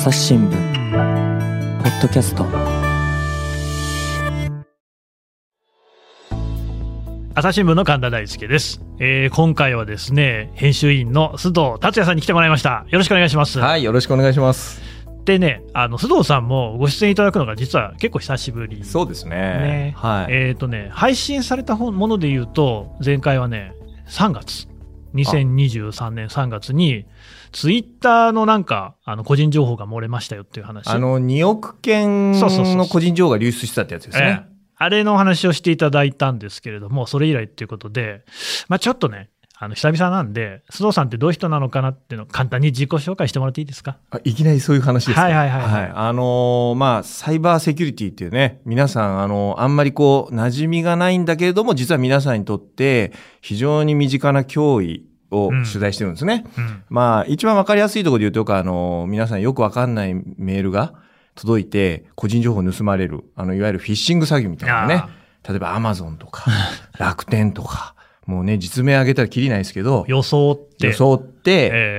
朝日新聞ポッドキャスト。 朝日新聞の神田大輔です。今回はですね、編集員の須藤達也さんに来てもらいました。よろしくお願いします。 はい、よろしくお願いします。 でね、須藤さんもご出演いただくのが実は結構久しぶり。 そうですね。はい。 配信されたもので言うと、前回はね、2023年3月にツイッターのなんか個人情報が漏れましたよっていう話。 2億件の個人情報が流出したってやつですね。 あれの話をしていただいたんですけれども、それ以来っていうことで、ちょっとね、久々なんで、須藤さんってどういう人なのかなっていうのを簡単に自己紹介してもらっていいですか？ いきなりそういう話ですか？ はい。 サイバーセキュリティっていうね、皆さん、あんまり馴染みがないんだけれども、実は皆さんにとって非常に身近な脅威を取材してるんですね。一番わかりやすいところで言うと、皆さんよくわかんないメールが届いて、個人情報盗まれる、いわゆるフィッシング詐欺みたいなね。例えば Amazon とか、楽天とか、もうね、実名挙げたらきりないですけど、 装って、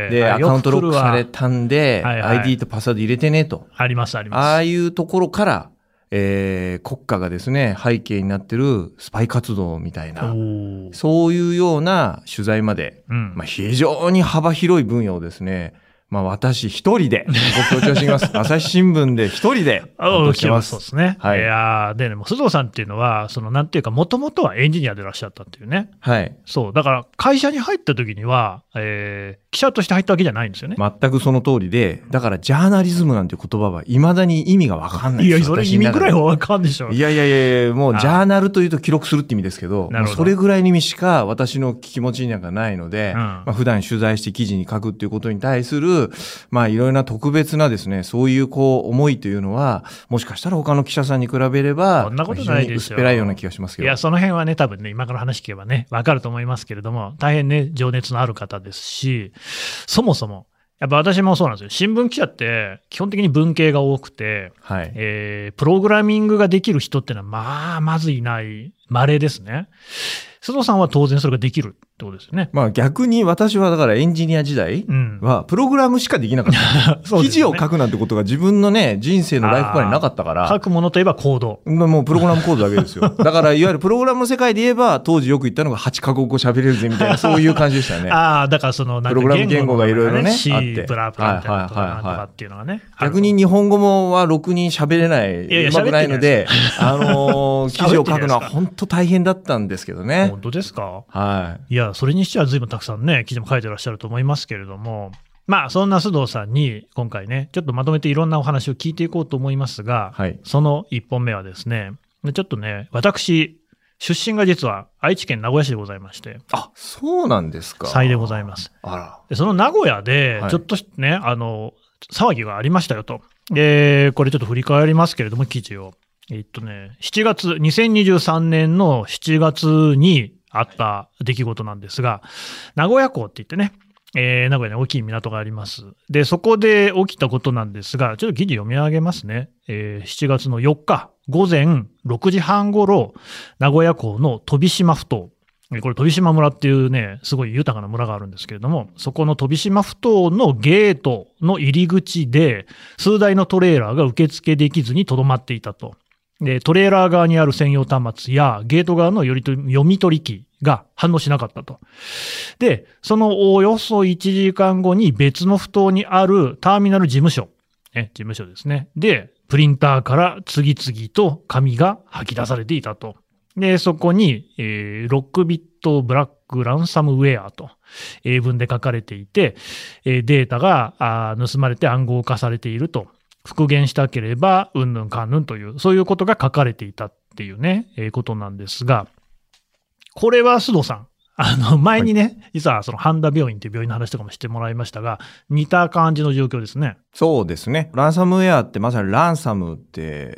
で、アカウントロックされたんで、ID とパスワード入れてねと。 あります。ああいうところから、国家がですね、背景になってるスパイ活動みたいな、そういうような取材まで、非常に幅広い分野をですね、私一人でご強調してきます。朝日新聞で一人で担当してます。 そうですね。はい。でね、須藤さんっていうのは、なんていうか、もともとはエンジニアでいらっしゃったっていうね。 はい。 そう。だから、会社に入った時には、記者として入ったわけじゃないんですよね。 全くその通りで、だからジャーナリズムなんて言葉は未だに意味がわかんないです。 いや、それ意味ぐらいはわかんでしょ。 いや、もうジャーナルというと記録するって意味ですけど、それぐらいの意味しか私の気持ちになんかないので、普段取材して記事に書くっていうことに対する、いろいろな特別なですね、そういう思いというのは、もしかしたら他の記者さんに比べれば、 そんなことないでしょ。 薄っぺらいような気がしますけど。 いや、その辺はね、多分ね、今から話聞けばね、わかると思いますけれども、大変ね、情熱のある方ですし、そもそも、やっぱ私もそうなんですよ。新聞記者って基本的に文系が多くて、プログラミングができる人ってのはまずいない稀ですね。須藤さんは当然それができるってことですよね。 逆に私はだからエンジニア時代はプログラムしかできなかった。記事を書くなんてことが自分のね、人生のライフプランになかったから。 書くものといえばコード。 もうプログラムコードだけですよ。だからいわゆるプログラムの世界で言えば、当時よく言ったのが8カ国語喋れるぜみたいな、そういう感じでしたね。 だからプログラム言語がいろいろね、あって。 C、プラプラみたいなことなんとかっていうのがね。 逆に日本語もはろくに喋れない、うまくないので、記事を書くのは本当大変だったんですけどね。 本当ですか？ はい。 いや、それにしては随分たくさんね、記事も書いてらっしゃると思いますけれども、そんな須藤さんに今回ね、ちょっとまとめていろんなお話を聞いていこうと思いますが、その1本目はですね、ちょっとね、私、出身が実は愛知県名古屋市でございまして。 そうなんですか。 でございます。でその名古屋で、ちょっとね、騒ぎがありましたよと。で、これちょっと振り返りますけれども、記事を。2023年の7月にあった出来事なんですが、名古屋港って言ってね、名古屋に大きい港があります。で、そこで起きたことなんですが、ちょっと記事読み上げますね。7月の4日、午前6時半ごろ、名古屋港の飛島埠頭。これ飛島村っていうね、すごい豊かな村があるんですけれども、そこの飛島埠頭のゲートの入り口で、数台のトレーラーが受付できずに留まっていたと。で、トレーラー側にある専用端末やゲート側の読み取り機が反応しなかったと。で、そのおよそ1時間後に別の埠頭にあるターミナル事務所ですね。で、プリンターから次々と紙が吐き出されていたと。で、そこに、ロックビットブラックランサムウェアと英文で書かれていて、データが盗まれて暗号化されていると。復元したければ、うんぬんかんぬんという、そういうことが書かれていたっていうね、ことなんですが、これは須藤さん、前にね、実はその半田病院という病院の話とかもしてもらいましたが、似た感じの状況ですね。 そうですね。ランサムウェアってまさにランサムって、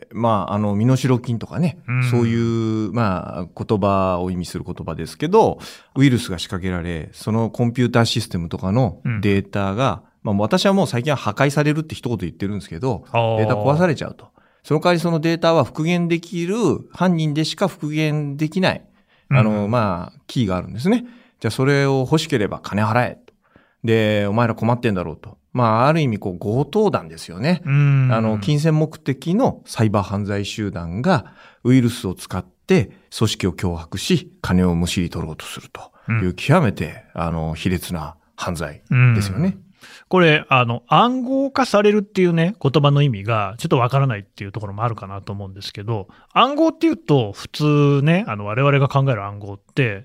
身代金とかね、そういう、言葉を意味する言葉ですけど、ウイルスが仕掛けられ、そのコンピューターシステムとかのデータが、私はもう最近は破壊されるって一言言ってるんですけど、データ壊されちゃうと。その代わりそのデータは復元できる、犯人でしか復元できない、キーがあるんですね。じゃあそれを欲しければ金払えと。 で、お前ら困ってんだろうと。ある意味、強盗団ですよね。金銭目的のサイバー犯罪集団がウイルスを使って組織を脅迫し、金をむしり取ろうとするという極めて、卑劣な犯罪ですよね。 これ、暗号化されるっていうね、言葉の意味がちょっとわからないっていうところもあるかなと思うんですけど、暗号っていうと、普通ね、我々が考える暗号って、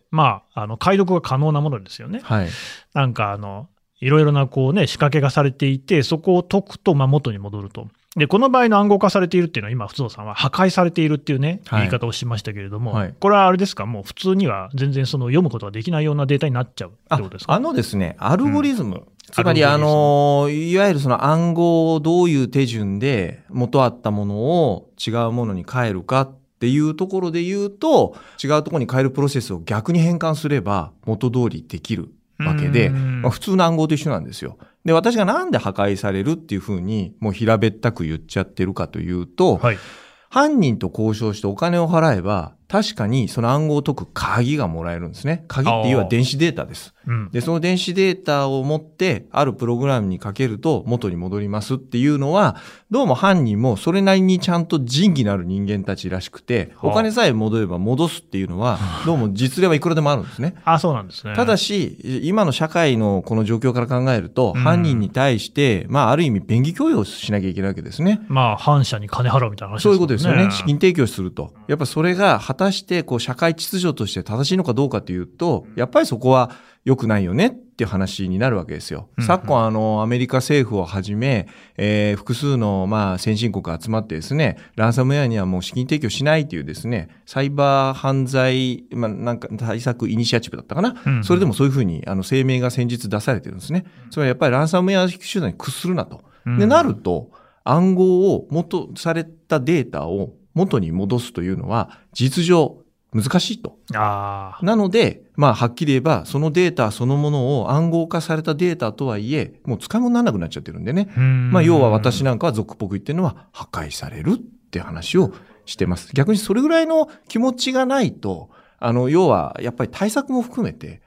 解読が可能なものですよね。 はい。 なんか、いろいろなこうね、仕掛けがされていて、そこを解くと、元に戻ると。で、この場合の暗号化されているっていうのは、今、不動さんは破壊されているっていうね、言い方をしましたけれども、 はい、 これはあれですか、もう普通には全然読むことができないようなデータになっちゃうってことですか？ ですね、アルゴリズム。つまり、いわゆるその暗号をどういう手順で元あったものを違うものに変えるかっていうところで言うと、違うところに変えるプロセスを逆に変換すれば元通りできるわけで、普通の暗号と一緒なんですよ。で、私がなんで破壊されるっていうふうにもう平べったく言っちゃってるかというと、 はい、 犯人と交渉してお金を払えば、確かにその暗号を解く鍵がもらえるんですね。鍵っていうのは電子データです。で、その電子データを持ってあるプログラムにかけると元に戻りますっていうのは、どうも犯人もそれなりにちゃんと仁義のある人間たちらしくて、お金さえ戻れば戻すっていうのは、どうも実例はいくらでもあるんですね。 そうなんですね。 ただし、今の社会のこの状況から考えると、犯人に対して、ある意味便宜供与をしなきゃいけないわけですね。 反社に金払うみたいな話ですね。 そういうことですよね。資金提供すると。やっぱそれが果たして社会秩序として正しいのかどうかというと、やっぱりそこは良くないよねっていう話になるわけですよ。昨今アメリカ政府をはじめ、複数の先進国が集まってですね、ランサムウェアにはもう資金提供しないというですね、サイバー犯罪、なんか対策イニシアチブだったかな。それでもそういうふうに声明が先日出されてるんですね。それはやっぱりランサムウェア集団に屈するなと。で、なると、暗号を元されたデータを元に戻すというのは、実情難しいと。なので、はっきり言えば、そのデータそのものを暗号化されたデータとはいえ、もう使い物にならなくなっちゃってるんでね。要は私なんかは俗っぽく言ってるのは、破壊されるって話をしてます。逆にそれぐらいの気持ちがないと、要はやっぱり対策も含めて、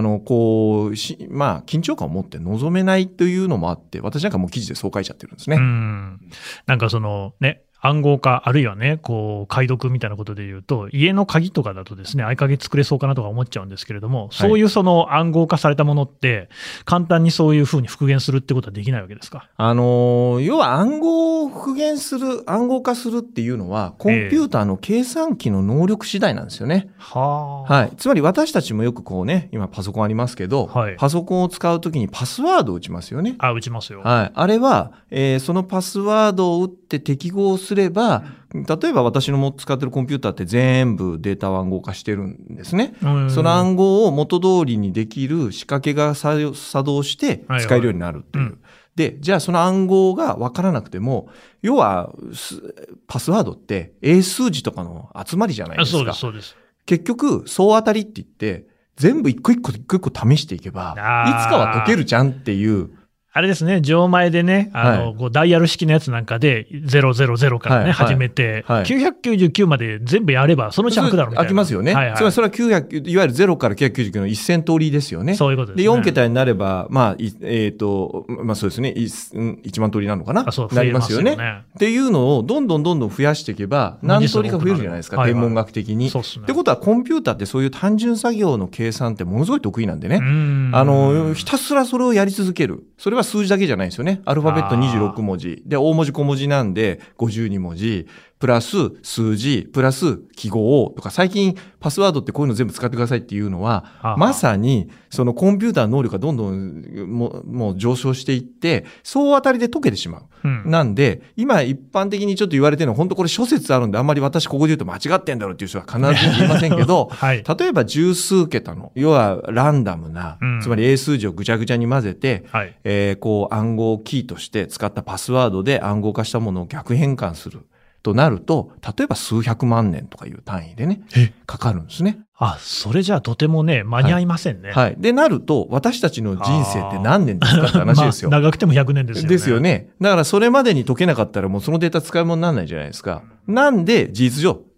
緊張感を持って臨めないというのもあって、私なんかもう記事でそう書いちゃってるんですね。 なんか暗号化、あるいはね、解読みたいなことで言うと、家の鍵とかだとですね、合鍵作れそうかなとか思っちゃうんですけれども、そういう暗号化されたものって、簡単にそういうふうに復元するってことはできないわけですか？ 要は暗号を復元する、暗号化するっていうのは、コンピューターの計算機の能力次第なんですよね。つまり私たちもよく今パソコンありますけど、パソコンを使うときにパスワードを打ちますよね。 打ちますよ。 あれは、そのパスワードを打って適合すれば、例えば私の使ってるコンピューターって全部データを暗号化してるんですね。その暗号を元通りにできる仕掛けが作動して使えるようになるっていう。で、じゃあその暗号が分からなくても、要はパスワードって英数字とかの集まりじゃないですか。 そうです。 結局、総当たりって言って、全部一個一個試していけば、いつかは解けるじゃんっていう。 あれですね、錠前でね、ダイヤル式のやつなんかで、000からね、始めて、999まで全部やれば、そのうち開くだろうみたいな。 開きますよね。それは900、いわゆる0から999の1000通りですよね。 そういうことですね。 で、4桁になれば、そうですね、1万通りなのかな。なりますよね。っていうのを、どんどん増やしていけば、何通りか増えるじゃないですか、天文学的に。ってことは、コンピューターってそういう単純作業の計算ってものすごい得意なんでね。ひたすらそれをやり続ける。それは数字だけじゃないですよね。アルファベット26文字。で、大文字小文字なんで52文字。プラス数字、プラス記号とか、最近パスワードってこういうの全部使ってくださいっていうのは、まさにそのコンピューターの能力がどんどんもう上昇していって、総当たりで解けてしまう。なんで、今一般的にちょっと言われてるのは、本当これ諸説あるんで、あんまり私ここで言うと間違ってんだろうっていう人は必ず言いませんけど、例えば十数桁の、要はランダムな、つまり英数字をぐちゃぐちゃに混ぜて、暗号キーとして使ったパスワードで暗号化したものを逆変換する。となると、例えば数百万年とかいう単位でね、かかるんですね。 それじゃあとてもね、間に合いませんね。 で、なると、私たちの人生って何年ですかって話ですよ。 長くても100年ですよね。 ですよね。だからそれまでに解けなかったらもうそのデータ使い物にならないじゃないですか。なんで、事実上、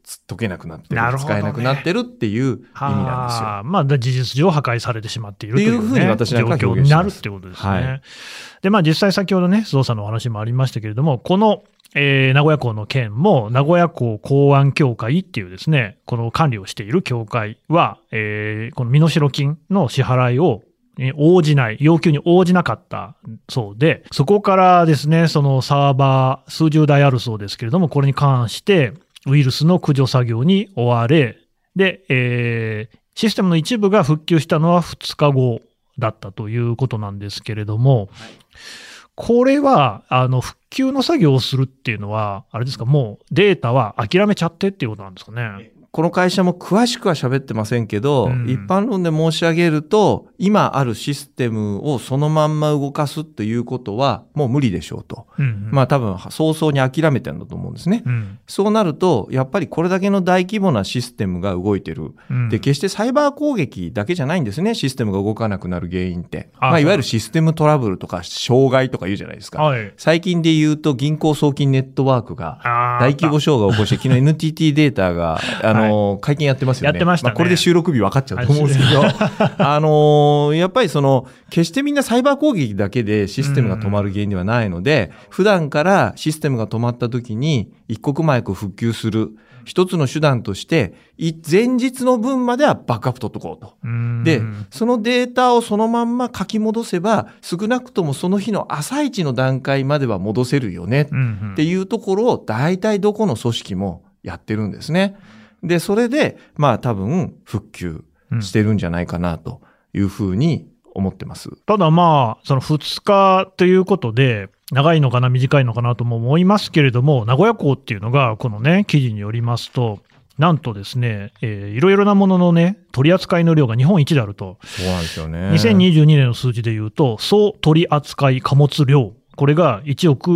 解けなくなってる、 なるほどね、 使えなくなってるっていう意味なんですよ。 まあ、事実上破壊されてしまっているという、ね、 っていうふうに私なんか状況になるってことですね。 はい、 で、まあ、実際先ほどね、須藤さんのお話もありましたけれども、この、名古屋港の件も、名古屋港港湾協会っていうですね、この管理をしている協会は、この身代金の支払いを応じない、要求に応じなかったそうで、そこからですね、そのサーバー数十台あるそうですけれども、これに関してウイルスの駆除作業に追われ、で、システムの一部が復旧したのは2日後だったということなんですけれども、これは、復旧の作業をするっていうのは、あれですか、もうデータは諦めちゃってっていうことなんですかね。 この会社も詳しくは喋ってませんけど、一般論で申し上げると、今あるシステムをそのまんま動かすということはもう無理でしょうと。まあ多分早々に諦めてるんだと思うんですね。そうなると、やっぱりこれだけの大規模なシステムが動いてる。で、決してサイバー攻撃だけじゃないんですね。システムが動かなくなる原因って。まあいわゆるシステムトラブルとか障害とか言うじゃないですか。最近で言うと銀行送金ネットワークが大規模障害を起こして、昨日 NTT データが、会見やってますよね。 やってましたね。 これで収録日分かっちゃうと思うんですけど、やっぱり決してみんなサイバー攻撃だけでシステムが止まる原因ではないので、普段からシステムが止まった時に一刻も早く復旧する一つの手段として、前日の分まではバックアップ取っとこうと。で、そのデータをそのまんま書き戻せば、少なくともその日の朝一の段階までは戻せるよねっていうところを大体どこの組織もやってるんですね。で、それで、まあ多分復旧してるんじゃないかなというふうに思ってます。 ただまあ、その2日ということで、長いのかな、短いのかなとも思いますけれども、名古屋港っていうのが、このね、記事によりますと、なんとですね、いろいろなもののね、取り扱いの量が日本一であると。 そうなんですよね。 2022年の数字でいうと、総取扱貨物量、これが1億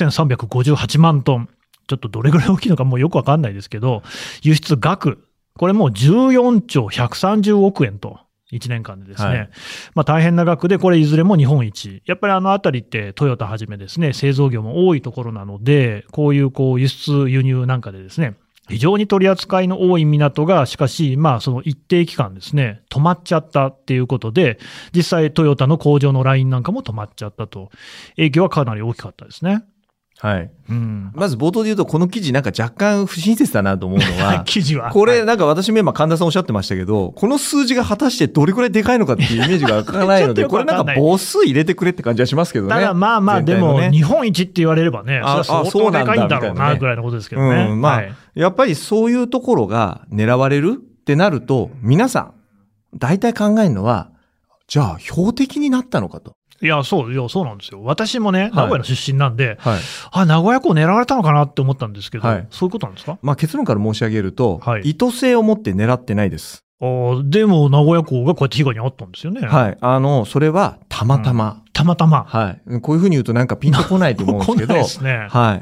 6358万トン。ちょっとどれぐらい大きいのかもうよくわかんないですけど、輸出額、これもう14兆130億円と、1年間でですね、まあ大変な額で、これいずれも日本一。やっぱりあたりってトヨタはじめですね、製造業も多いところなので、こういう輸出輸入なんかでですね、非常に取り扱いの多い港が、しかし、まあその一定期間ですね、止まっちゃったっていうことで、実際トヨタの工場のラインなんかも止まっちゃったと。影響はかなり大きかったですね。 はい。まず冒頭で言うと、この記事なんか若干不親切だなと思うのは、 記事は。 これなんか私も今神田さんおっしゃってましたけど、この数字が果たしてどれくらいでかいのかっていうイメージがわからないので、これなんか母数入れてくれって感じはしますけどね。 ただまあまあ、でも日本一って言われればね、それは相当でかいんだろうなぐらいのことですけどね。 まあ、やっぱりそういうところが狙われるってなると、皆さん、大体考えるのは、じゃあ標的になったのかと。 いや、そうなんですよ。私もね、名古屋の出身なんで、名古屋港狙われたのかなって思ったんですけど、そういうことなんですか？ まあ結論から申し上げると、意図性を持って狙ってないです。 でも名古屋港がこうやって被害に遭ったんですよね。 はい。それはたまたま。 たまたま。 はい。こういうふうに言うとなんかピンとこないと思うんですけど、 来ないですね。 はい。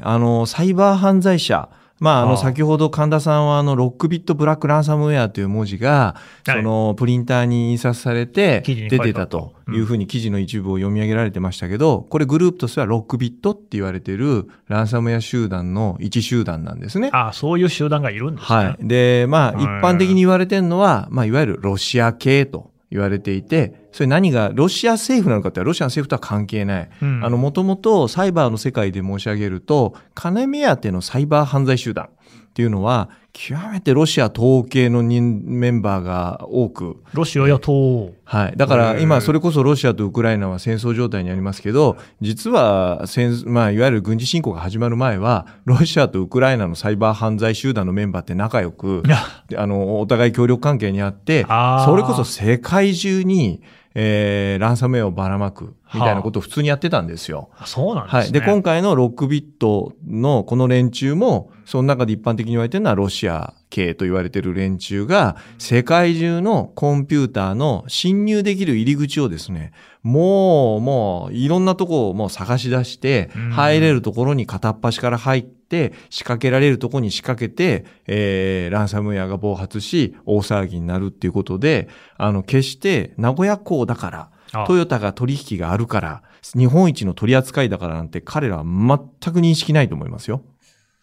サイバー犯罪者。まあ、先ほど神田さんはロックビットブラックランサムウェアという文字が、そのプリンターに印刷されて出てたというふうに記事の一部を読み上げられてましたけど、これグループとしてはロックビットって言われているランサムウェア集団の一集団なんですね。 そういう集団がいるんですね。 はい。で、まあ、一般的に言われてるのは、まあ、いわゆるロシア系と言われていて、それ何がロシア政府なのかってロシアの政府とは関係ない。もともとサイバーの世界で申し上げると、金目当てのサイバー犯罪集団っていうのは、極めてロシア東欧系のメンバーが多く。 ロシアや東欧。 はい。だから今それこそロシアとウクライナは戦争状態にありますけど、実はまあいわゆる軍事侵攻が始まる前は、ロシアとウクライナのサイバー犯罪集団のメンバーって仲良く、お互い協力関係にあって、それこそ世界中に、ランサムウェアをばらまくみたいなことを普通にやってたんですよ。 そうなんですね。 はい。で、今回のロックビットのこの連中も、その中で一般的に言われているのはロシア系と言われている連中が、世界中のコンピューターの侵入できる入り口をですね、もういろんなとこをもう探し出して、入れるところに片っ端から入って、仕掛けられるところに仕掛けて、ランサムウェアが暴発し、大騒ぎになるっていうことで、決して名古屋港だから、トヨタが取引があるから、日本一の取り扱いだからなんて彼らは全く認識ないと思いますよ。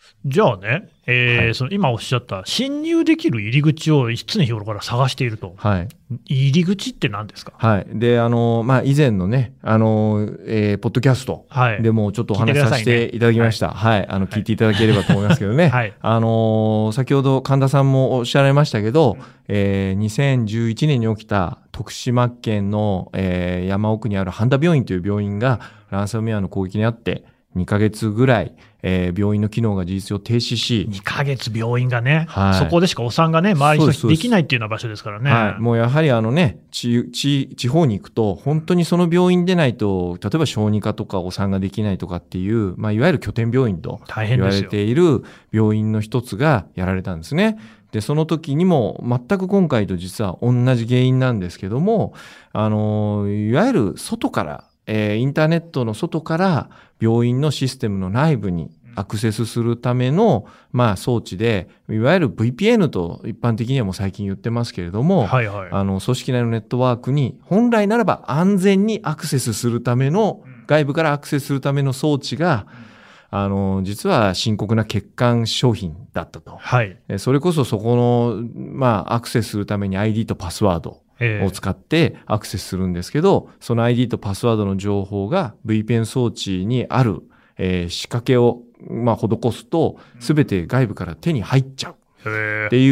じゃあね、 はい、 その今おっしゃった侵入できる入り口を常日頃から探していると。 はい。 入り口って何ですか？ はい。で、以前のね、ポッドキャストはい。 でもちょっとお話しさせ聞いてくださいね。 ていただきました。はい。聞いていただければと思いますけどね。 はい。 先ほど神田さんもおっしゃられましたけど、2011年に起きた徳島県の、山奥にある半田病院という病院がランサムウェアの攻撃にあって2ヶ月ぐらい、病院の機能が事実上停止し、 2ヶ月病院がね、 はい、 そこでしかお産がね、周りの人できないっていうような場所ですからね。 はい、もうやはり地方に行くと、本当にその病院でないと、例えば小児科とかお産ができないとかっていう、いわゆる拠点病院と言われている病院の一つがやられたんですね。で、その時にも全く今回と実は同じ原因なんですけども、いわゆる外から、インターネットの外から病院のシステムの内部にアクセスするための、装置で、いわゆる VPN と一般的にはもう最近言ってますけれども、 はいはい、 組織内のネットワークに本来ならば安全にアクセスするための、外部からアクセスするための装置が、実は深刻な欠陥商品だったと。 はい。 それこそそこの、アクセスするために ID とパスワードを使ってアクセスするんですけど、その ID とパスワードの情報が VPN 装置にある、仕掛けを、施すと、すべて外部から手に入っちゃうっていう、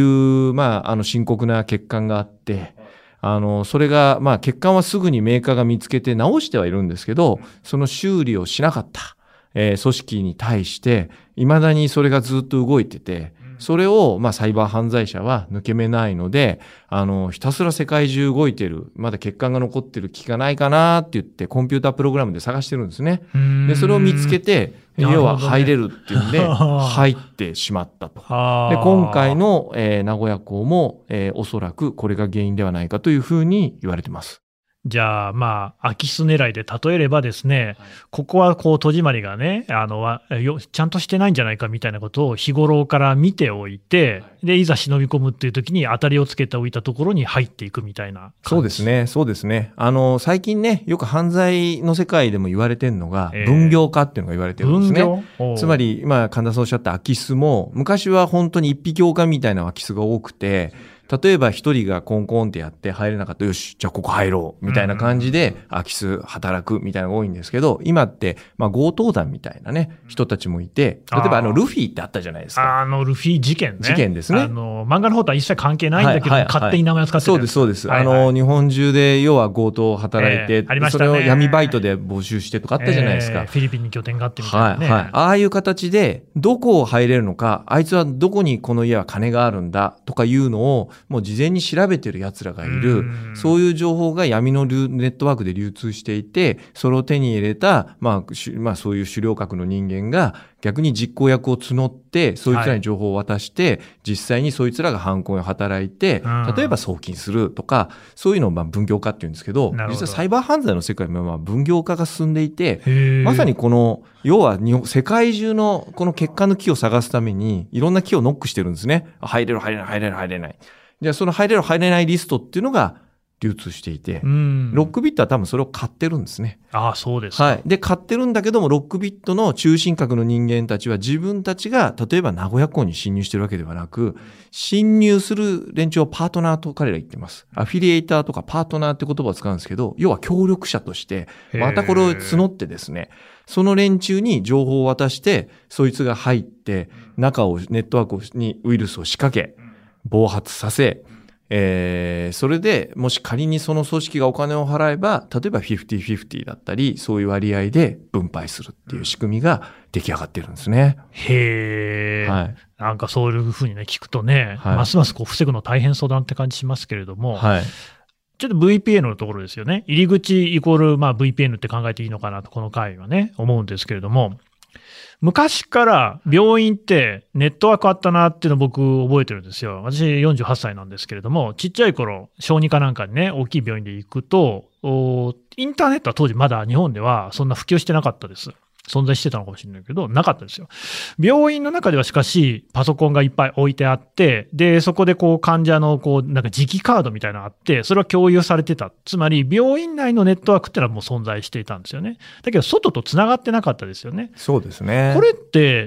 深刻な欠陥があって、それが、欠陥はすぐにメーカーが見つけて直してはいるんですけど、その修理をしなかった、組織に対して、未だにそれがずっと動いてて、それを、サイバー犯罪者は抜け目ないので、ひたすら世界中動いてる、まだ欠陥が残ってる機器がないかなって言って、コンピュータープログラムで探してるんですね。で、それを見つけて、要は入れるっていうんで、入ってしまったと。で、今回の、名古屋港も、おそらくこれが原因ではないかというふうに言われてます。 じゃあ、空き巣狙いで例えればですね、ここはこう戸締まりがね、ちゃんとしてないんじゃないかみたいなことを日頃から見ておいて、で、いざ忍び込むっていう時に当たりをつけておいたところに入っていくみたいな感じ。 そうですね、そうですね。最近ね、よく犯罪の世界でも言われてるのが、分業化っていうのが言われてるんですね。つまり、今、神田さんおっしゃった空き巣も、昔は本当に一匹狼みたいな空き巣が多くて、例えば一人がコンコンってやって入れなかったら、よし、じゃあここ入ろうみたいな感じで空き巣働くみたいなのが多いんですけど、今って強盗団みたいなね、人たちもいて、例えばルフィってあったじゃないですか。 ルフィ事件ね。 事件ですね。 漫画の方とは一切関係ないんだけど、勝手に名前を使ってる。 そうです、そうです。日本中で要は強盗を働いて、それを闇バイトで募集してとかあったじゃないですか。 フィリピンに拠点があってみたいなね。 ああいう形で、どこを入れるのか、あいつはどこにこの家は金があるんだとかいうのを、もう事前に調べてる奴らがいる、そういう情報が闇のネットワークで流通していて、それを手に入れた、そういう狩猟格の人間が逆に実行役を募って、そいつらに情報を渡して、実際にそいつらが犯行を働いて、例えば送金するとか、そういうのを分業化っていうんですけど、実はサイバー犯罪の世界も分業化が進んでいて、まさにこの、要は世界中のこの欠陥のキーを探すために、いろんなキーをノックしてるんですね。入れる、入れない、入れる、入れない。じゃあその入れる入れないリストっていうのが流通していて、ロックビットは多分それを買ってるんですね。 ああ、そうですか。 はい。で、買ってるんだけども、ロックビットの中心核の人間たちは自分たちが、例えば名古屋港に侵入してるわけではなく、侵入する連中をパートナーと彼ら言ってます。アフィリエイターとかパートナーって言葉を使うんですけど、要は協力者として、またこれを募ってですね、その連中に情報を渡して、そいつが入って、中を、ネットワークにウイルスを仕掛け、暴発させ、それでもし仮にその組織がお金を払えば、例えば 50-50 だったり、そういう割合で分配するっていう仕組みが出来上がってるんですね。 へー。はい、なんかそういうふうにね、聞くとね、ますますこう防ぐの大変そうだって感じしますけれども、ちょっと VPN のところですよね。入り口イコールVPN って考えていいのかなと、この回はね、思うんですけれども、昔から病院ってネットワークあったなっていうのを僕覚えてるんですよ。私48歳なんですけれども、ちっちゃい頃、小児科なんかにね、大きい病院で行くと、インターネットは当時まだ日本ではそんな普及してなかったです。 存在してたのかもしれないけど、なかったですよ。病院の中ではしかし、パソコンがいっぱい置いてあって、で、そこでこう患者のこう、なんか磁気カードみたいなのがあって、それは共有されてた。つまり、病院内のネットワークってのはもう存在していたんですよね。だけど、外とつながってなかったですよね。 そうですね。 これって、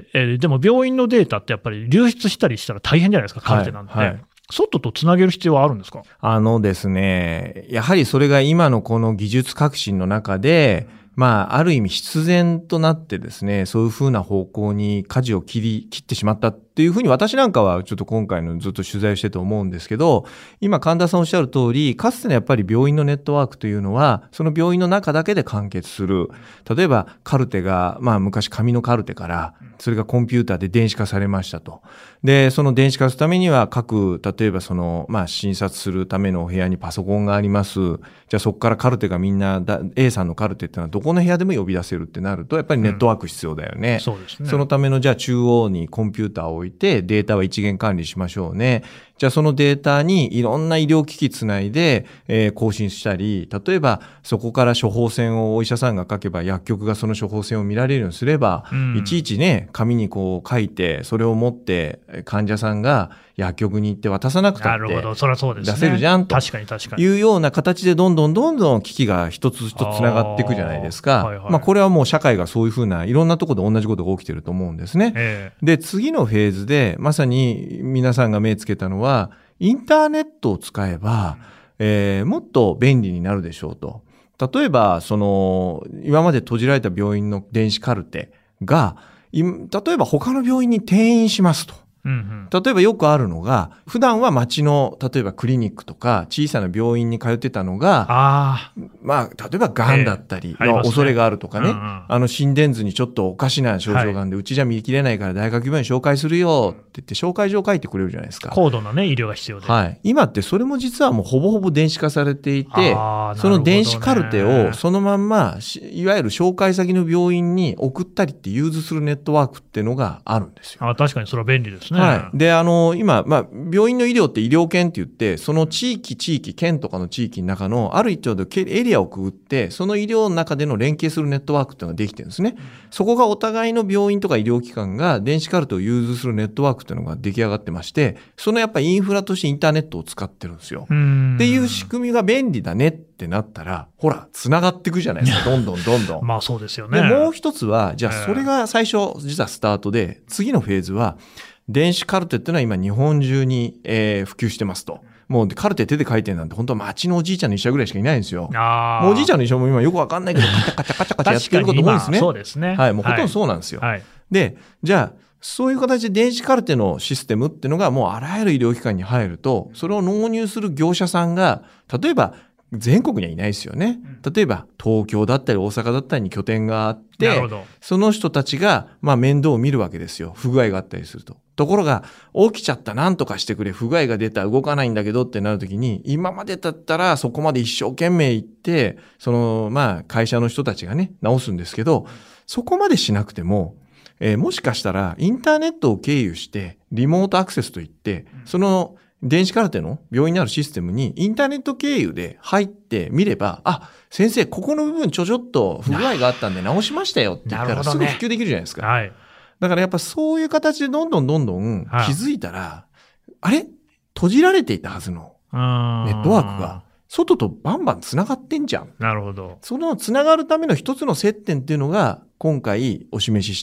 でも病院のデータってやっぱり流出したりしたら大変じゃないですか、カルテなんて。 はいはい、 外とつなげる必要はあるんですか？ ですね、やはりそれが今のこの技術革新の中で、ある意味必然となってですね、そういうふうな方向に舵を切ってしまったっていうふうに私なんかはちょっと今回のずっと取材をしてて思うんですけど、今神田さんおっしゃる通り、かつてのやっぱり病院のネットワークというのは、その病院の中だけで完結する。例えばカルテが、昔紙のカルテから、それがコンピューターで電子化されましたと。で、その電子化するためには例えば診察するためのお部屋にパソコンがあります。じゃあそこからカルテがみんな、A さんのカルテっていうのはどこの部屋でも呼び出せるってなると、やっぱりネットワーク必要だよね。 そうですね。 そのためのじゃあ中央にコンピューターを置いてデータは一元管理しましょうね。じゃあそのデータにいろんな医療機器つないで、更新したり、例えばそこから処方箋をお医者さんが書けば薬局がその処方箋を見られるようにすれば、いちいちね、紙にこう書いて、それを持って患者さんが薬局に行って渡さなくたって出せるじゃんというような形でどんどん機器が一つ一つつながっていくじゃないですか。これはもう社会がそういうふうないろんなところで同じことが起きてると思うんですね。で、次のフェーズでまさに皆さんが目つけたのは、インターネットを使えば、もっと便利になるでしょうと。例えば今まで閉じられた病院の電子カルテが例えば他の病院に転院しますと。例えばよくあるのが、普段は町の例えばクリニックとか小さな病院に通ってたのが、例えばがんだったりの恐れがあるとかね、心電図にちょっとおかしな症状があるんで、うちじゃ見切れないから大学病院紹介するよって言って紹介状書いてくれるじゃないですか。 高度なね、医療が必要で。 今ってそれも実はもうほぼほぼ電子化されていて、その電子カルテをそのまんま、いわゆる紹介先の病院に送ったりって融通するネットワークっていうのがあるんですよ。 確かにそれは便利ですね。 で、今、病院の医療って医療圏って言って、その地域、県とかの地域の中のある一定のエリアをくぐって、その医療の中での連携するネットワークっていうのができてるんですね。そこがお互いの病院とか医療機関が電子カルテを融通するネットワークっていうのが出来上がってまして、そのやっぱりインフラとしてインターネットを使ってるんですよ。っていう仕組みが便利だねってなったら、ほら、繋がっていくじゃないですか。どんどん。 そうですよね。 で、もう一つは、じゃあそれが最初、実はスタートで、次のフェーズは、電子カルテっていうのは今日本中に、普及してますと。もうカルテ手で書いてるなんて本当は町のおじいちゃんの医者ぐらいしかいないんですよ。もうおじいちゃんの医者も今よくわかんないけどカチャやってること多いんですね。 そうですね。 もうほとんどそうなんですよ。で、じゃあそういう形で電子カルテのシステムっていうのがもうあらゆる医療機関に入ると、それを納入する業者さんが例えば全国にはいないですよね。例えば東京だったり大阪だったりに拠点があって、その人たちが面倒を見るわけですよ。不具合があったりすると。ところが起きちゃった、なんとかしてくれ、不具合が出た、動かないんだけどってなるときに、今までだったらそこまで一生懸命行って会社の人たちがね直すんですけど、そこまでしなくても、もしかしたらインターネットを経由してリモートアクセスといって、その電子カルテの病院にあるシステムにインターネット経由で入ってみれば、先生ここの部分ちょっと不具合があったんで直しましたよって言ったらすぐ普及できるじゃないですか。だからやっぱそういう形でどんどん気づいたら、あれ閉じられていたはずのネットワークが外とバンバンつながってんじゃん。 なるほど。 そのつながるための一つの接点っていうのが今回お示しした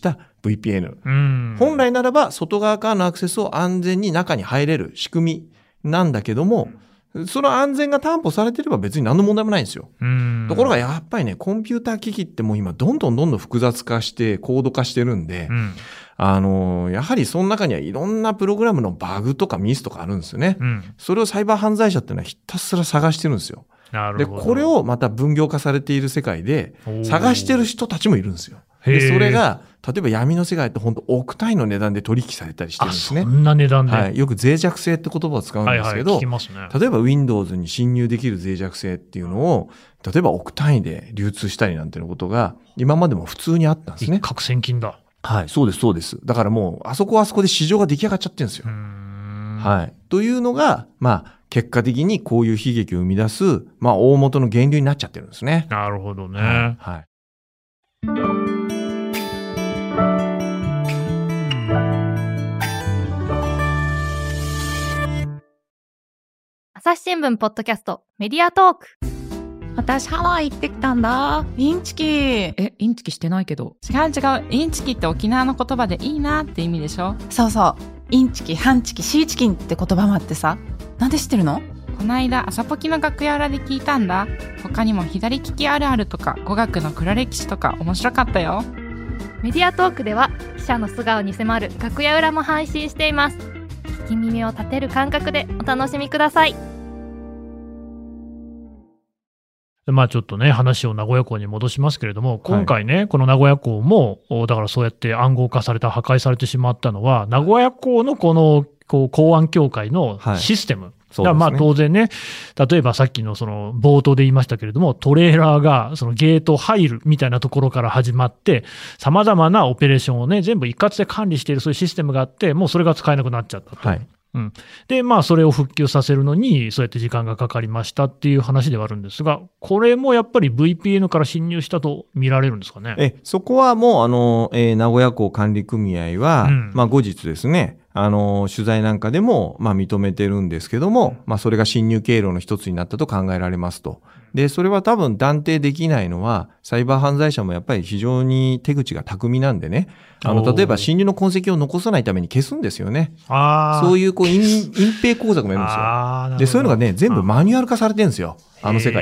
VPN。本来ならば外側からのアクセスを安全に中に入れる仕組みなんだけども、その安全が担保されていれば別に何の問題もないんですよ。ところがやっぱりね、コンピューター機器ってもう今どんどん複雑化して高度化してるんで、やはりその中にはいろんなプログラムのバグとかミスとかあるんですよね。それをサイバー犯罪者っていうのはひたすら探してるんですよ。で、これをまた分業化されている世界で探してる人たちもいるんですよ。で、それが例えば闇の世界って本当億単位の値段で取引されたりしてるんですね。 そんな値段で。 よく脆弱性って言葉を使うんですけど、例えば Windows に侵入できる脆弱性っていうのを、例えば億単位で流通したりなんていうことが今までも普通にあったんですね。 一攫千金だ。 そうです。だからもうあそこで市場が出来上がっちゃってるんですよ。というのが結果的にこういう悲劇を生み出す大元の源流になっちゃってるんですね。 なるほどね。 新聞ポッドキャストメディアトーク。 私ハワイ行ってきたんだ。インチキ。 インチキしてないけど。 違う。インチキって沖縄の言葉でいいなって意味でしょ。 そうそう。インチキ、ハンチキ、シーチキンって言葉もあってさ。なんで知ってるの？ こないだ朝ポキの楽屋裏で聞いたんだ。他にも左利きあるあるとか語学の黒歴史とか面白かったよ。 メディアトークでは記者の素顔に迫る楽屋裏も配信しています。聞き耳を立てる感覚でお楽しみください。 まあちょっとね、話を名古屋港に戻しますけれども、今回ね、この名古屋港も、だからそうやって暗号化された、破壊されてしまったのは、名古屋港のこの、港湾協会のシステム。だからまあ当然ね、例えばさっきのその冒頭で言いましたけれども、トレーラーがそのゲート入るみたいなところから始まって、様々なオペレーションをね、全部一括で管理しているそういうシステムがあって、もうそれが使えなくなっちゃったと。で、まあそれを復旧させるのに、そうやって時間がかかりましたっていう話ではあるんですが、これもやっぱり VPN から侵入したと見られるんですかね。 そこはもう名古屋港管理組合は、まあ後日ですね、取材なんかでも、まあ認めてるんですけども、まあそれが侵入経路の一つになったと考えられますと。で、それは多分断定できないのは、サイバー犯罪者もやっぱり非常に手口が巧みなんでね、例えば侵入の痕跡を残さないために消すんですよね。そういう隠蔽工作もやるんですよ。で、そういうのがね、全部マニュアル化されてるんですよ。世界って。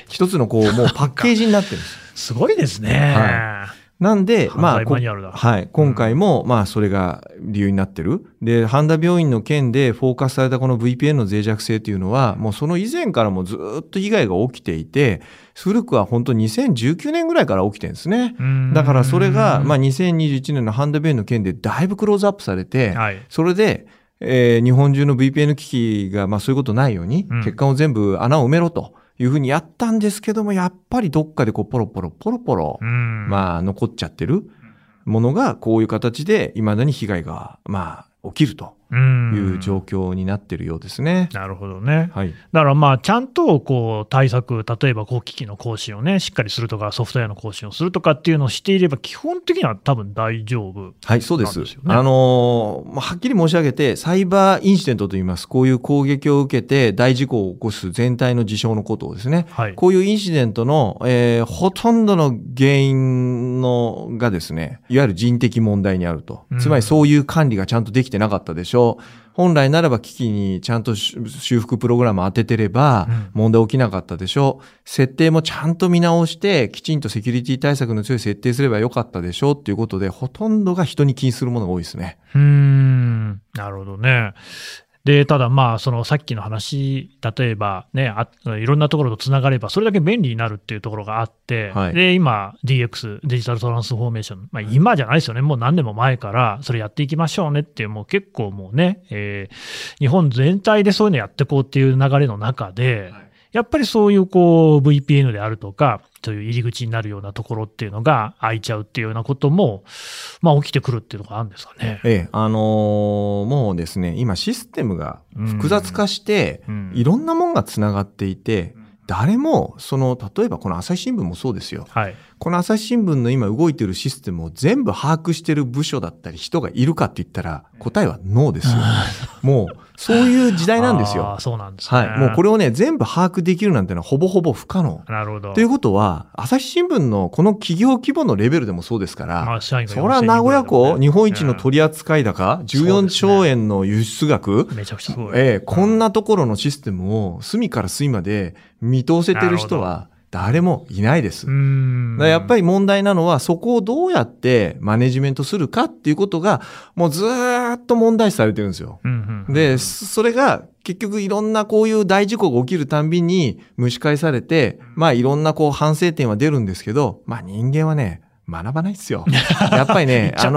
一つのもうパッケージになってるんです。 すごいですね。 なんで、まあ、今回も、まあ、それが理由になってる。で、半田病院の件でフォーカスされたこの VPN の脆弱性っていうのは、もうその以前からもずっと被害が起きていて、古くは本当2019年ぐらいから起きてるんですね。だからそれが、まあ、2021年の半田病院の件でだいぶクローズアップされて、それで、日本中の VPN 機器が、まあ、そういうことないように、欠陥を全部穴を埋めろと。いうふうにやったんですけども、やっぱりどっかでポロポロ、まあ残っちゃってるものがこういう形で未だに被害がまあ起きるという状況になっているようですね。 なるほどね。だからまあちゃんとこう対策、例えば機器の更新をねしっかりするとかソフトウェアの更新をするとかっていうのをしていれば基本的には多分大丈夫なんですよね。はい、そうです。 はっきり申し上げてサイバーインシデントといいます。こういう攻撃を受けて大事故を起こす全体の事象のことをですね。こういうインシデントの、ほとんどの原因がですね、いわゆる人的問題にあると。つまりそういう管理がちゃんとできてなかったでしょう。本来ならば機器にちゃんと修復プログラム当ててれば問題起きなかったでしょう。設定もちゃんと見直してきちんとセキュリティ対策の強い設定すればよかったでしょうっていうことで、ほとんどが人に起因するものが多いですね。 なるほどね。で、ただまあ、そのさっきの話、例えばね、いろんなところとつながれば、それだけ便利になるっていうところがあって、で、今、DX、デジタルトランスフォーメーション、まあ今じゃないですよね、もう何年も前から、それやっていきましょうねっていう、もう結構もうね、日本全体でそういうのやっていこうっていう流れの中で、やっぱりそういうVPN であるとか、そういう入り口になるようなところっていうのが開いちゃうっていうようなことも、まあ起きてくるっていうのがあるんですかね。 もうですね、今システムが複雑化して、いろんなものがつながっていて、誰も、例えばこの朝日新聞もそうですよ。この朝日新聞の今動いているシステムを全部把握している部署だったり人がいるかって言ったら答えはノーですよ。もうそういう時代なんですよ。 そうなんですね。 もうこれをね全部把握できるなんてのはほぼほぼ不可能。 なるほど。 ということは朝日新聞のこの企業規模のレベルでもそうですから、それは名古屋港日本一の取扱高、14兆円の輸出額、 めちゃくちゃすごい。 こんなところのシステムを隅から隅まで見通せてる人は誰もいないです。だからやっぱり問題なのはそこをどうやってマネジメントするかっていうことがもうずーっと問題視されてるんですよ。で、それが結局いろんなこういう大事故が起きるたんびに蒸し返されて、まあいろんな反省点は出るんですけど、まあ人間はね、学ばないですよ。やっぱりね、ま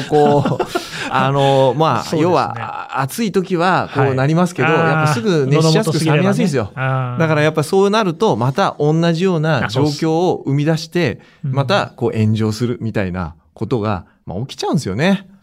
あ、要は、暑い時はこうなりますけど、やっぱすぐ熱しやすく冷めやすいんですよ。だからやっぱそうなると、また同じような状況を生み出して、また炎上するみたいなことが、まあ起きちゃうんですよね。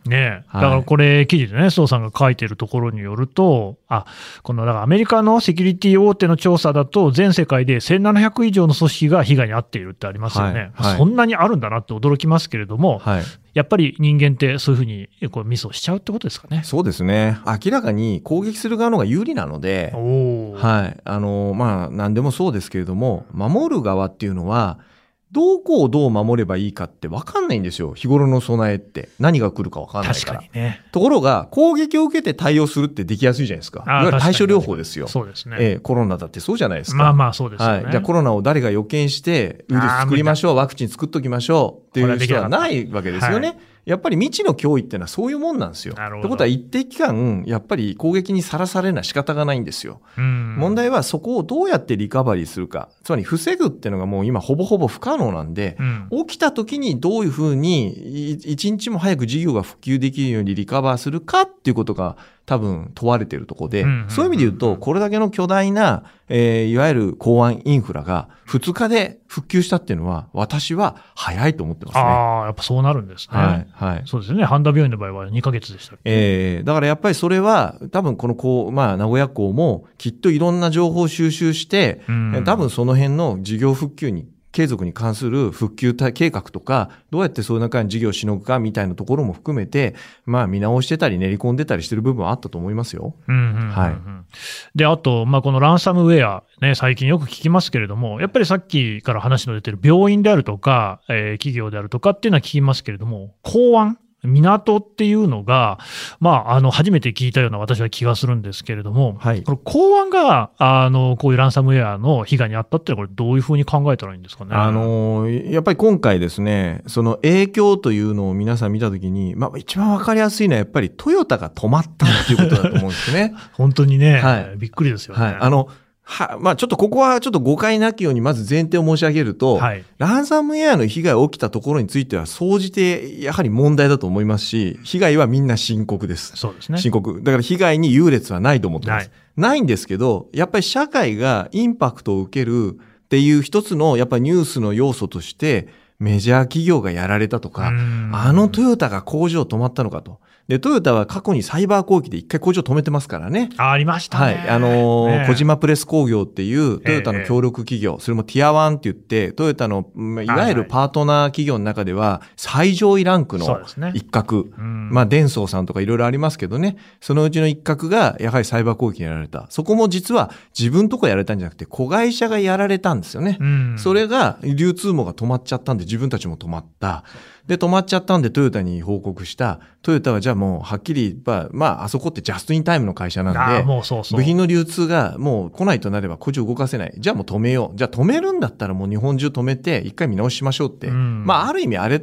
ねえ、 はいだからこれ、記事でね、須藤さんが書いてるところによると、このだからアメリカのセキュリティ大手の調査だと、全世界で1700以上の組織が被害に遭っているってありますよね、 はいはいそんなにあるんだなって驚きますけれども、 はい。 やっぱり人間ってそういうふうにこうミスをしちゃうってことですかね。 そうですね。明らかに攻撃する側の方が有利なので、 おーはい。何でもそうですけれども、守る側っていうのは、どこをどう守ればいいかって分かんないんですよ。日頃の備えって。何が来るか分かんないから。 確かにね。 ところが、攻撃を受けて対応するってできやすいじゃないですか。いわゆる対処療法ですよ。 そうですね。 コロナだってそうじゃないですか。 まあまあそうですよね。 はい。じゃあコロナを誰が予見して、ウイルス作りましょう、ワクチン作っときましょうっていう人はないわけですよね。 はいやっぱり未知の脅威ってのはそういうもんなんですよ。 なるほどってことは一定期間、やっぱり攻撃にさらされるのは仕方がないんですよ。 うん問題はそこをどうやってリカバリーするか。つまり防ぐっていうのがもう今ほぼほぼ不可能なんで、起きた時にどういうふうに一日も早く事業が復旧できるようにリカバーするかっていうことが多分問われているところで、そういう意味で言うと、これだけの巨大な、いわゆる港湾インフラが2日で復旧したっていうのは、私は早いと思ってますね。 ああ、やっぱそうなるんですね。 はい。はい。 そうですよね。半田病院の場合は2ヶ月でしたっけ。 だからやっぱりそれは、多分この名古屋港もきっといろんな情報を収集して、多分その辺の事業復旧に、継続に関する復旧計画とか、どうやってそういう中に事業をしのぐかみたいなところも含めて、見直してたり練り込んでたりしてる部分はあったと思いますよ。はい。 で、あと、このランサムウェア、ね、最近よく聞きますけれども、やっぱりさっきから話の出てる病院であるとか、企業であるとかっていうのは聞きますけれども、港湾港っていうのが、初めて聞いたような私は気がするんですけれども、 はい、 この港湾が、こういうランサムウェアの被害に遭ったっていうのは、これどういうふうに考えたらいいんですかね。 やっぱり今回ですね、その影響というのを皆さん見たときに、一番わかりやすいのはやっぱりトヨタが止まったっていうことだと思うんですよね。 本当にね、 はい、 びっくりですよね。 はい。ちょっとここはちょっと誤解なきようにまず前提を申し上げると、 はい、 ランサムウェアの被害が起きたところについては総じてやはり問題だと思いますし、被害はみんな深刻です。 そうですね。 深刻。だから被害に優劣はないと思ってます。ないんですけど、やっぱり社会がインパクトを受けるっていう一つのやっぱりニュースの要素として、メジャー企業がやられたとか、トヨタが工場止まったのかと。で、トヨタは過去にサイバー攻撃で一回工場止めてますからね。 ありましたね。 はい。小島プレス工業っていうトヨタの協力企業、それもティア1って言って、トヨタのいわゆるパートナー企業の中では最上位ランクの一角。デンソーさんとかいろいろありますけどね。そのうちの一角がやはりサイバー攻撃にやられた。そこも実は自分とこやられたんじゃなくて、子会社がやられたんですよね。それが流通網が止まっちゃったんで、自分たちも止まった。で、止まっちゃったんでトヨタに報告した。トヨタはじゃあもうはっきり言えば、あそこってジャストインタイムの会社なんで、部品の流通がもう来ないとなれば工場動かせない。じゃあもう止めよう。じゃあ止めるんだったらもう日本中止めて一回見直しましょうって。ある意味あれって、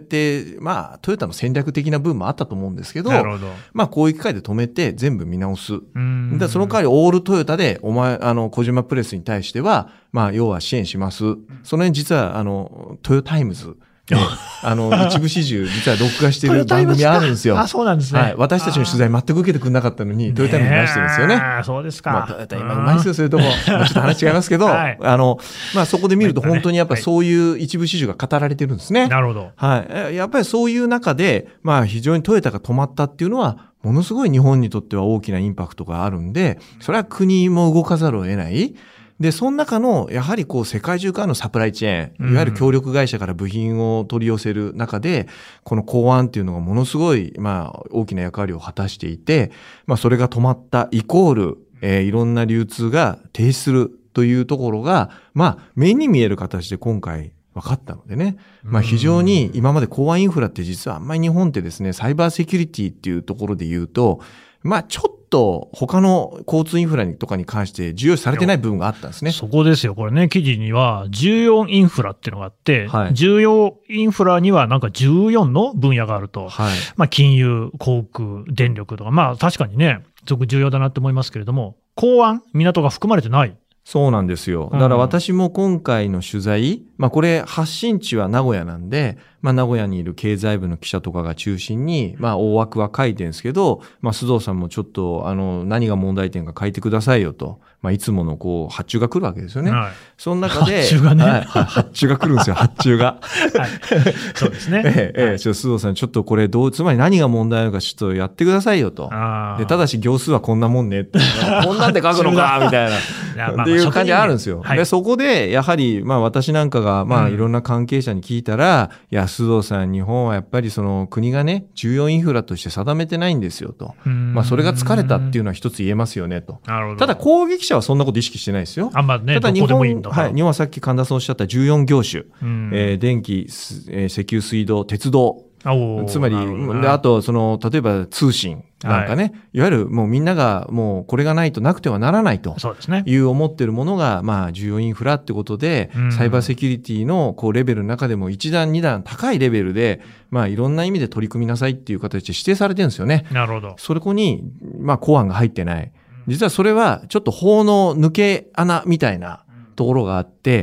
トヨタの戦略的な部分もあったと思うんですけど、こういう機会で止めて全部見直す。で、その代わりオールトヨタで小島プレスに対しては、要は支援します。その辺実は、トヨタイムズ。一部始終、実は録画してる番組あるんですよ。 そうなんですね。 はい。私たちの取材全く受けてくれなかったのに、トヨタイムズ出してるんですよね。 そうですか。 トヨタ今うまいですよ、そういうとこ。ちょっと話違いますけど、そこで見ると本当にやっぱりそういう一部始終が語られてるんですね。 なるほど。 はい。やっぱりそういう中で、非常にトヨタが止まったっていうのは、ものすごい日本にとっては大きなインパクトがあるんで、それは国も動かざるを得ない。で、その中の、やはり世界中からのサプライチェーン、いわゆる協力会社から部品を取り寄せる中で、この港湾っていうのがものすごい、大きな役割を果たしていて、それが止まったイコール、いろんな流通が停止するというところが、目に見える形で今回、分かったのでね。非常に今まで港湾インフラって実はあんまり日本ってですね、サイバーセキュリティっていうところで言うと、ちょっと他の交通インフラとかに関して重要視されてない部分があったんですね。 そこですよ。これね、記事には重要インフラっていうのがあって、 はい、 重要インフラにはなんか14の分野があると。 はい、 金融、航空、電力とか、確かにね、すごく重要だなって思いますけれども、港湾、港が含まれてない。 そうなんですよ。だから私も今回の取材、これ発信地は名古屋なんで、名古屋にいる経済部の記者とかが中心に、大枠は書いてるんですけど、須藤さんもちょっと、何が問題点か書いてくださいよと。 いつもの発注が来るわけですよね。 はい、 その中で、 発注がね。 発注が来るんですよ、発注が。 はい。そうですね。 須藤さん、ちょっとこれつまり何が問題なのかちょっとやってくださいよと。で、ただし行数はこんなもんねって。こんなんで書くのかみたいな。っていう感じあるんですよ。で、そこで、やはり、私なんかが、いろんな関係者に聞いたら、いや、須藤さん、日本はやっぱり国がね、重要インフラとして定めてないんですよと。それが疲れたっていうのは一つ言えますよねと。ただ、攻撃者はそんなこと意識してないですよ。ただ日本はさっき神田さんおっしゃった14業種、電気、石油、水道、鉄道、つまり、あと、例えば通信なんかね、いわゆるもうみんながもうこれがないとなくてはならないという思っているものが、重要インフラってことで、サイバーセキュリティのレベルの中でも1段2段高いレベルで、いろんな意味で取り組みなさいっていう形で指定されてるんですよね。 なるほど。 そこに、公安が入ってない。実はそれはちょっと法の抜け穴みたいなところがあって、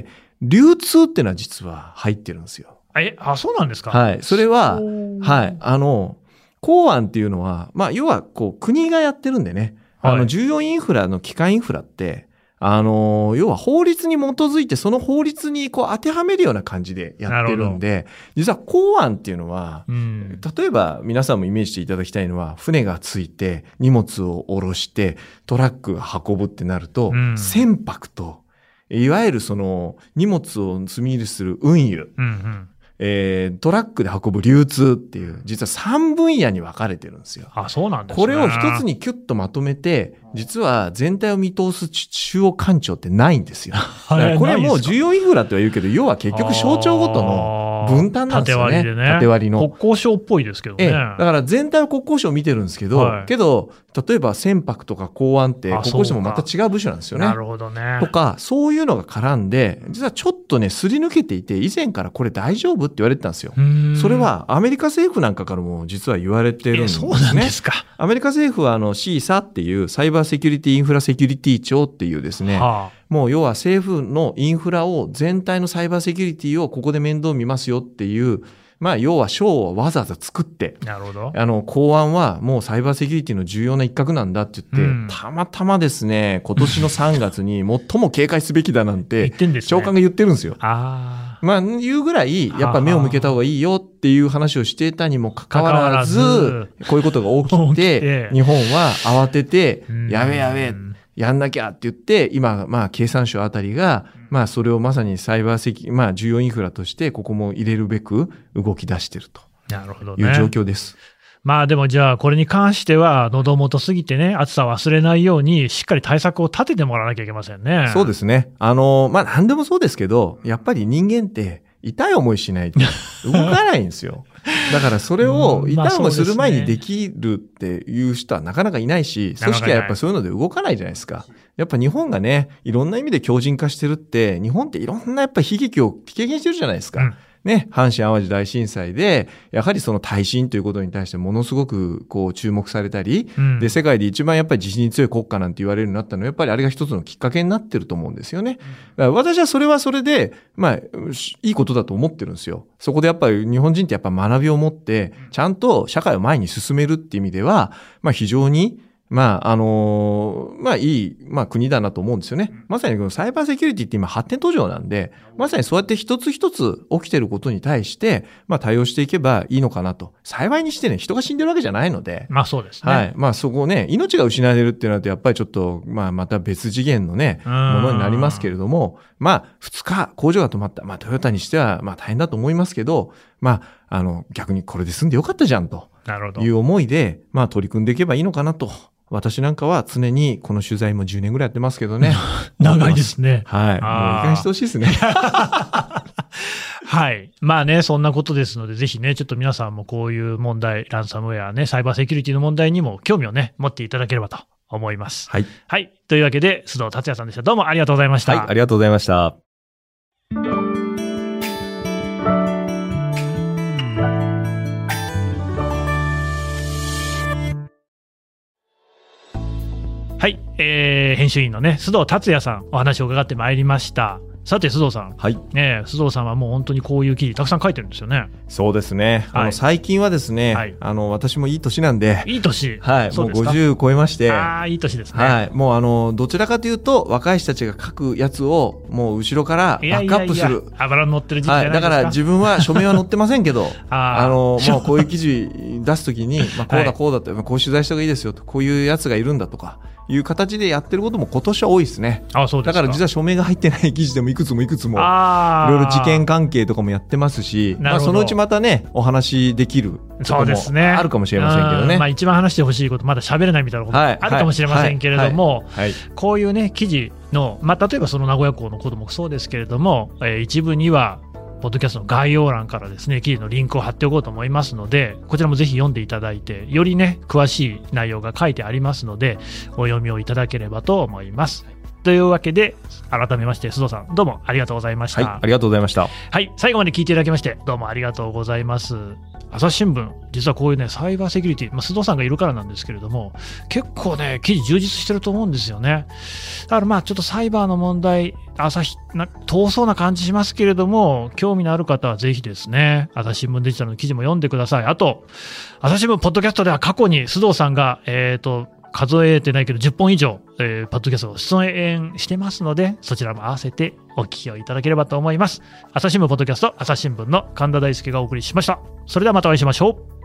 流通っていうのは実は入ってるんですよ。 そうなんですか？ はい。それは、はい。公安っていうのは、要は、国がやってるんでね、重要インフラの基幹インフラって、要は法律に基づいて、その法律に当てはめるような感じでやってるんで、実は公安っていうのは、例えば皆さんもイメージしていただきたいのは、船がついて、荷物を下ろして、トラックが運ぶってなると、船舶と、いわゆる荷物を積み入れする運輸、トラックで運ぶ流通っていう、実は3分野に分かれてるんですよ。 そうなんですね。 これを一つにキュッとまとめて、実は全体を見通す中央官庁ってないんですよ。これもう重要インフラとは言うけど、要は結局省庁ごとの分担なんですよね。縦割りの。 国交省っぽいですけどね。 だから全体は国交省を見てるんですけど、例えば船舶とか公安って国交省もまた違う部署なんですよね。 なるほどね。 とか、そういうのが絡んで、実はちょっとね、すり抜けていて、以前からこれ大丈夫って言われてたんですよ。それはアメリカ政府なんかからも実は言われてるんですね。 そうなんですか。 アメリカ政府はCISAっていうサイバーセキュリティインフラセキュリティ庁っていうですね、もう要は政府のインフラを全体のサイバーセキュリティをここで面倒見ますよっていう、要は省をわざわざ作って、 なるほど。 公安はもうサイバーセキュリティの重要な一角なんだって言って、たまたまですね、今年の3月に最も警戒すべきだなんて、長官が言ってるんですよ。言うぐらい、やっぱ目を向けた方がいいよっていう話をしていたにもかかわらず、こういうことが起きて、日本は慌てて、やべえ、やんなきゃって言って、今、経産省あたりが、それをまさにサイバー重要インフラとして、ここも入れるべく動き出しているという状況です。 でもじゃあ、これに関しては、喉元すぎてね、暑さを忘れないように、しっかり対策を立ててもらわなきゃいけませんね。 そうですね。何でもそうですけど、やっぱり人間って、痛い思いしないと動かないんですよ。だからそれを痛い思いする前にできるっていう人はなかなかいないし、組織はやっぱりそういうので動かないじゃないですか。やっぱ日本がね、いろんな意味で強靭化してるって、日本っていろんなやっぱ悲劇を経験してるじゃないですか。ね、阪神淡路大震災で、やはりその耐震ということに対してものすごく注目されたり、で、世界で一番やっぱり地震に強い国家なんて言われるようになったのは、やっぱりあれが一つのきっかけになってると思うんですよね。だから私はそれはそれで、いいことだと思ってるんですよ。そこでやっぱり日本人ってやっぱ学びを持って、ちゃんと社会を前に進めるっていう意味では、非常にいい、国だなと思うんですよね。まさにこのサイバーセキュリティって今発展途上なんで、まさにそうやって一つ一つ起きてることに対して、対応していけばいいのかなと。幸いにしてね、人が死んでるわけじゃないので。 そうですね。 はい。そこね、命が失われるっていうのはやっぱりちょっと、また別次元のね、ものになりますけれども、2日工場が止まった。トヨタにしては、大変だと思いますけど、逆にこれで済んでよかったじゃんと。 なるほど。 いう思いで、取り組んでいけばいいのかなと。私なんかは常にこの取材も10年ぐらいやってますけどね。 長いですね。 はい。もういかにしてほしいですね。 はい。そんなことですので、ぜひね、ちょっと皆さんもこういう問題、ランサムウェアね、サイバーセキュリティの問題にも興味をね、持っていただければと思います。 はい。 はい。というわけで、須藤達也さんでした。どうもありがとうございました。 はい。ありがとうございました。 はい、編集員のね、須藤達也さん、お話を伺ってまいりました。 さて須藤さん、 はい。 須藤さんはもう本当にこういう記事たくさん書いてるんですよね。 そうですね。 はい最近はですね、 はい私もいい年なんで、 いい年。 はい、もうそうですか。 50超えまして、 ああ、いい年ですね。 はい、もうどちらかというと若い人たちが書くやつをもう後ろからバックアップする。 油乗ってる時期じゃは、 ないいですか。 だから自分は署名は載ってませんけどもうこういう記事出すときに、こうだこうだって、こう取材した方がいいですよと、こういうやつがいるんだとかいう形でやってることも今年は多いですね。 あ、そうですか。 だから実は署名が入ってない記事でもいくつもいくつもいあーろいろ事件関係とかもやってますし、 なるほどそのうちまたねお話できるとこそうもですね。 あるかもしれませんけどね。 一番話してほしいことまだ喋れないみたいなことあるかもしれませんけれども、 はい、 こういうね記事の、例えばその名古屋校のこともそうですけれども、一部にはポッドキャストの概要欄からですね記事のリンクを貼っておこうと思いますので、こちらもぜひ読んでいただいて、よりね詳しい内容が書いてありますのでお読みをいただければと思います。というわけで改めまして須藤さんどうもありがとうございました。 はい、ありがとうございました。 はい、最後まで聞いていただきましてどうもありがとうございます。朝日新聞、実はこういうねサイバーセキュリティ、須藤さんがいるからなんですけれども、結構ね記事充実してると思うんですよね。だからちょっとサイバーの問題遠そうな感じしますけれども、興味のある方はぜひですね朝日新聞デジタルの記事も読んでください。あと朝日新聞ポッドキャストでは過去に須藤さんが数えてないけど10本以上、ポッドキャストを出演してますので、そちらも合わせてお聞きをいただければと思います。朝日新聞ポッドキャスト、朝日新聞の神田大輔がお送りしました。それではまたお会いしましょう。